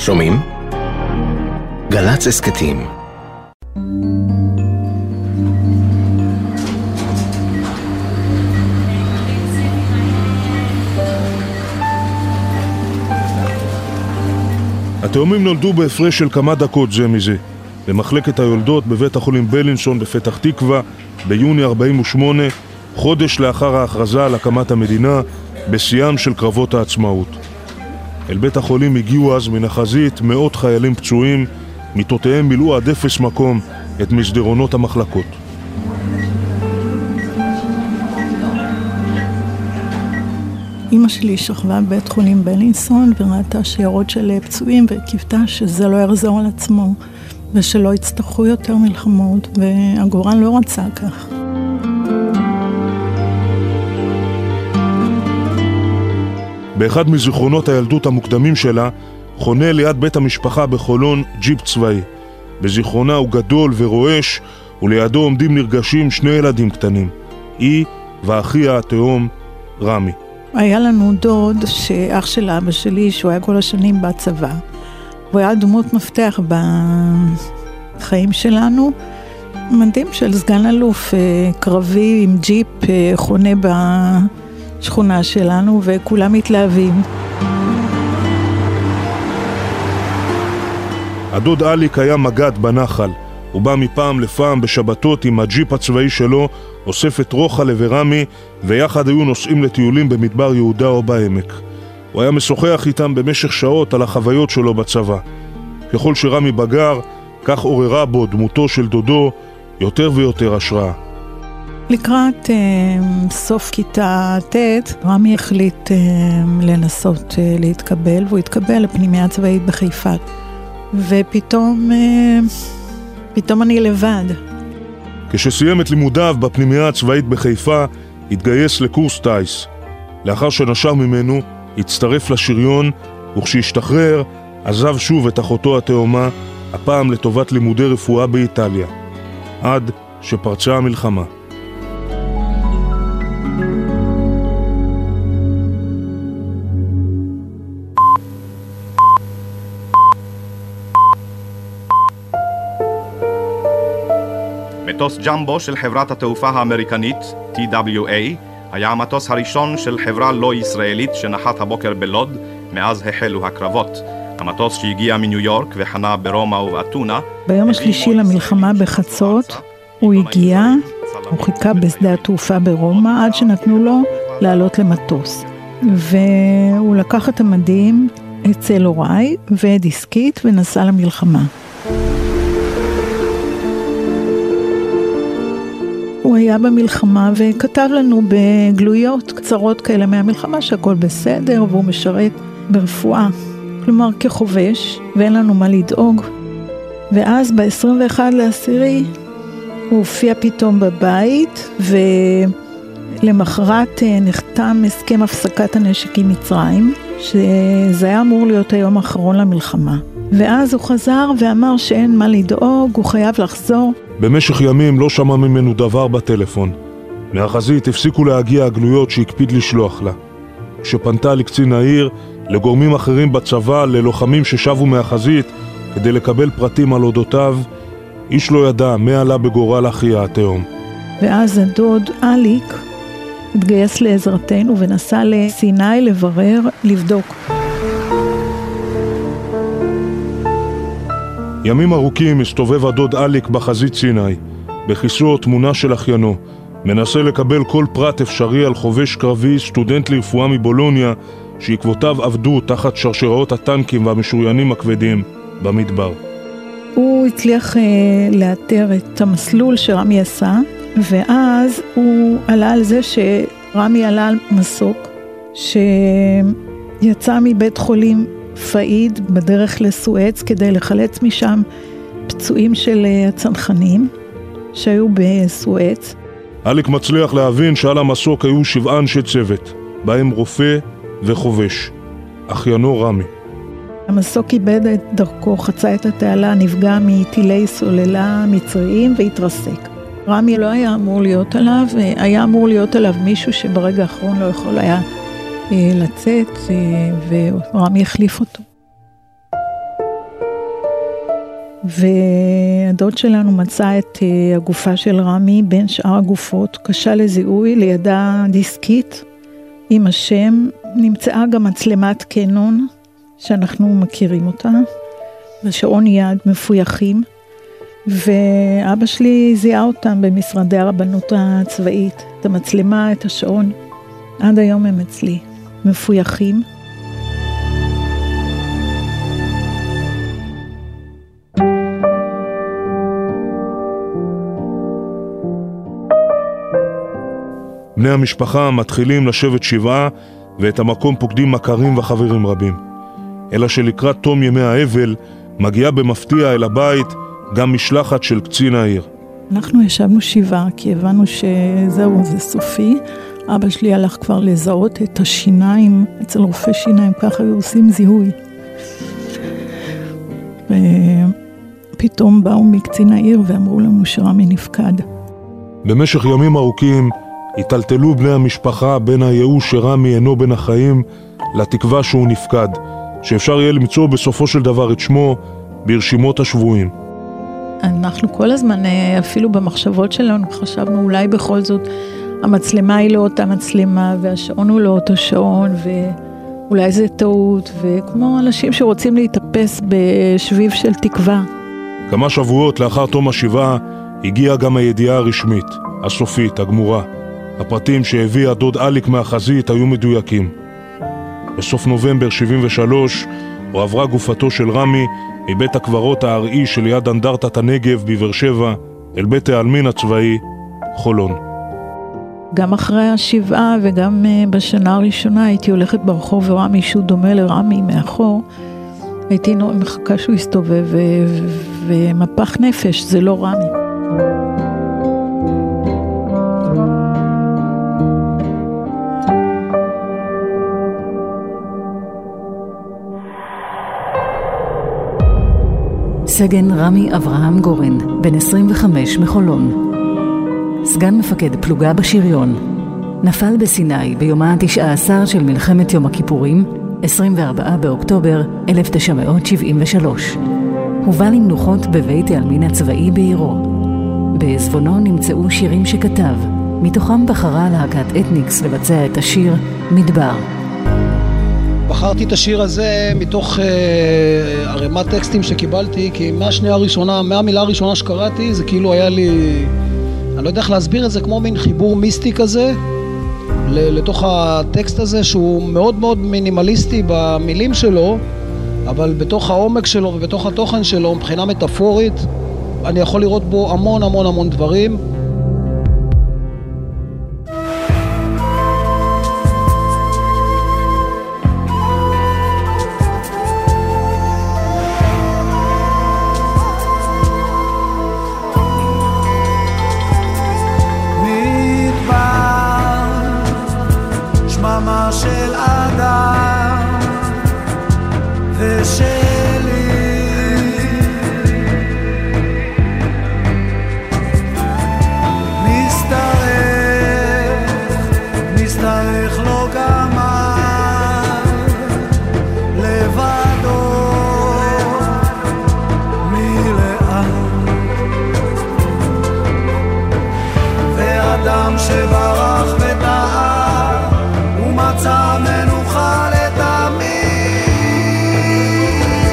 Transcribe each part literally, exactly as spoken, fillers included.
שומעים? גל"צ הסכתים. התאומים נולדו בהפרש של כמה דקות זה מזה, במחלקת היולדות בבית החולים בלינסון בפתח תקווה ביוני ארבעים ושמונה, חודש לאחר ההכרזה על הקמת המדינה, בשיאם של קרבות העצמאות. אל בית החולים הגיעו אז מן החזית מאות חיילים פצועים, מיטותיהם מילאו עד אפס מקום את מסדרונות המחלקות. אמא שלי שכבה בבית חולים בלינסון וראתה שיירות של פצועים וקיוותה שזה לא יחזור על עצמו ושלא יצטרכו יותר מלחמות, והגורל לא רצה כך. באחד מזיכרונות הילדות המוקדמים שלה חונה ליד בית המשפחה בחולון ג'יפ צבאי. בזיכרונה הוא גדול ורועש, ולידו עומדים נרגשים שני ילדים קטנים, היא ואחיה התאום רמי. היה לנו דוד שאח של אבא שלי, שהוא היה כל השנים בצבא. הוא היה דמות מפתח בחיים שלנו. מדהים של סגן אלוף קרבי עם ג'יפ חונה בשכונה שלנו, וכולם מתלהבים. הדוד אליק היה מגד בנחל. הוא בא מפעם לפעם בשבתות עם הג'יפ הצבאי שלו, אוסף את רוחלה ורמי, ויחד היו נוסעים לטיולים במדבר יהודה או בעמק. הוא היה משוחח איתם במשך שעות על החוויות שלו בצבא. ככל שרמי בגר, כך עוררה בו דמותו של דודו יותר ויותר השראה. לקראת אה, סוף כיתה ט', רמי החליט אה, לנסות אה, להתקבל, והוא התקבל לפנימיה הצבאית בחיפה. ופתאום, אה, פתאום אני לבד. כשסיים את לימודיו בפנימיה הצבאית בחיפה, התגייס לקורס טייס. לאחר שנשר ממנו, הצטרף לשריון, וכשהשתחרר, עזב שוב את אחותו התאומה, הפעם לטובת לימודי רפואה באיטליה. עד שפרצה המלחמה. מטוס ג'מבו של חברת התעופה האמריקנית טי דאבליו איי היה המטוס הראשון של חברה לא ישראלית שנחת הבוקר בלוד מאז החלו הקרבות. המטוס שהגיע מניו יורק וחנה ברומא ובאתונה. ביום השלישי למלחמה בחצות הוא הגיע, הוא חיכה בשדה התעופה ברומא עד שנתנו לו לעלות למטוס. והוא לקח את המדים אצל הוריי ודיסקית ונסע למלחמה. הוא היה במלחמה וכתב לנו בגלויות קצרות כאלה מהמלחמה שהכל בסדר והוא משרת ברפואה. כלומר כחובש ואין לנו מה לדאוג. ואז ב-עשרים ואחד לעשירי הוא הופיע פתאום בבית ולמחרת נחתם הסכם הפסקת הנשק עם מצרים, שזה היה אמור להיות היום האחרון למלחמה. ואז הוא חזר ואמר שאין מה לדאוג, הוא חייב לחזור. במשך ימים לא שמע ממנו דבר בטלפון. מהחזית הפסיקו להגיע הגלויות שהקפיד לשלוח לה. כשפנתה לקצין העיר, לגורמים אחרים בצבא, ללוחמים ששבו מהחזית כדי לקבל פרטים על אודותיו, איש לא ידע מה עלה בגורל אחיה התאום. ואז הדוד אליק התגייס לעזרתנו ונסע לסיני לברר, לבדוק. ימים ארוכים הסתובב הדוד אליק בחזית סיני, בכיסו תמונה של אחיינו, מנסה לקבל כל פרט אפשרי על חובש קרבי, סטודנט לרפואה מבולוניה, שעקבותיו עבדו תחת שרשראות הטנקים והמשוריינים הכבדים במדבר. הוא הצליח uh, לאתר את המסלול שרמי עשה, ואז הוא עלה על זה שרמי עלה על מסוק, שיצא מבית חולים פאיד בדרך לסואץ כדי לחלץ משם פצועים של הצנחנים שהיו בסואץ. אליק מצליח להבין שעל המסוק היו שבעה אנשי צוות, בהם רופא וחובש, אחיינו רמי. המסוק איבד את דרכו, חצה את התעלה, נפגע מטילי סוללה מצריים והתרסק. רמי לא היה אמור להיות עליו, היה אמור להיות עליו מישהו שברגע האחרון לא יכול היה לצאת, ורמי החליף אותו. והדוד שלנו מצא את הגופה של רמי בין שאר הגופות, קשה לזיהוי, לידה דיסקית עם השם, נמצאה גם מצלמת קנון שאנחנו מכירים אותה, ושעון יד מפויחים, ואבא שלי זיהה אותם במשרדי הרבנות הצבאית, את המצלמה, את השעון, עד היום הם אצלי, מפויחים. בני המשפחה מתחילים לשבת שבעה, ואת המקום פוקדים מכרים וחברים רבים. אלא שלקראת תום ימי האבל, מגיעה במפתיע אל הבית גם משלחת של קצין העיר. אנחנו ישבנו שבעה, כי הבנו שזהו, זה סופי. אבא שלי הלך כבר לזהות את השיניים, אצל רופא שיניים, ככה היו עושים זיהוי. ופתאום באו מקצין העיר ואמרו לנו שרמי נפקד. במשך ימים ארוכים, התלתלו בני המשפחה בין הייאוש שרמי אינו בין החיים לתקווה שהוא נפקד, שאפשר יהיה למצוא בסופו של דבר את שמו ברשימות השבויים. אנחנו כל הזמן, אפילו במחשבות שלנו, חשבנו אולי בכל זאת המצלמה היא לא אותה מצלמה והשעון הוא לא אותו שעון ואולי זה טעות, וכמו אנשים שרוצים להתאפס בשביב של תקווה. כמה שבועות לאחר תום השבעה הגיעה גם הידיעה הרשמית, הסופית, הגמורה. הפרטים שהביא הדוד אליק מהחזית היו מדויקים. בסוף נובמבר שבעים ושלוש הועברה גופתו של רמי מבית הקברות הארעי שליד אנדרטת הנגב בבאר שבע אל בית העלמין הצבאי חולון. גם אחרי השבעה וגם בשנה הראשונה הייתי הולכת ברחוב ורואה מישהו דומה לרמי מאחור. הייתי מחכה שהוא יסתובב ו... ומפח נפש, זה לא רמי. סגן רמי אברהם גורן, בן עשרים וחמש מחולון. סגן מפקד פלוגה בשריון. נפל בסיני ביום ה-תשע עשר של מלחמת יום הכיפורים, עשרים וארבעה באוקטובר אלף תשע מאות שבעים ושלוש. הובא למנוחות בבית העלמין הצבאי בעירו. בעזבונו נמצאו שירים שכתב, מתוכם בחרה להקת אתניקס לבצע את השיר מדבר. בחרתי את השיר הזה מתוך אה, ערימת טקסטים שקיבלתי, כי מהשנייה הראשונה, מהמילה הראשונה שקראתי, זה כאילו היה לי, אני לא יודע איך להסביר את זה, כמו מין חיבור מיסטי כזה, לתוך הטקסט הזה, שהוא מאוד מאוד מינימליסטי במילים שלו, אבל בתוך העומק שלו ובתוך התוכן שלו, מבחינה מטאפורית, אני יכול לראות בו המון המון המון דברים. של אדם ושלי מסתרך, מסתרך לא גמר לבדו מלאם ואדם שברח וטעה מצא מנוחה לתמיד.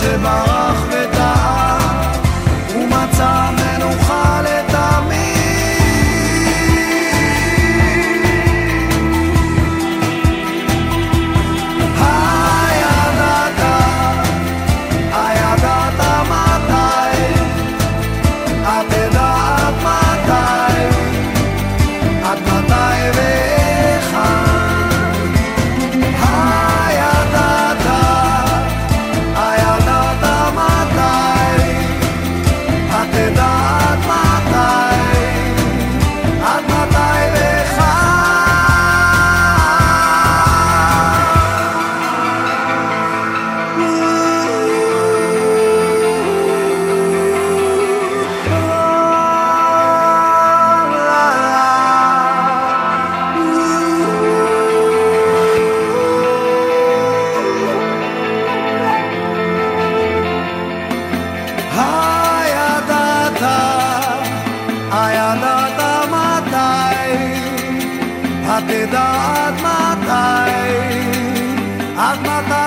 שברח וטעה ומצא מנוחה לתמיד. הידעת, הידעת מתי, את יודעת מתי, עד מתי ואיכן. הידעת, הידעת מתי, את יודעת מתי, עד מתי ואיכן. הידעת, הידעת מתי, את יודעת מתי, עד מתי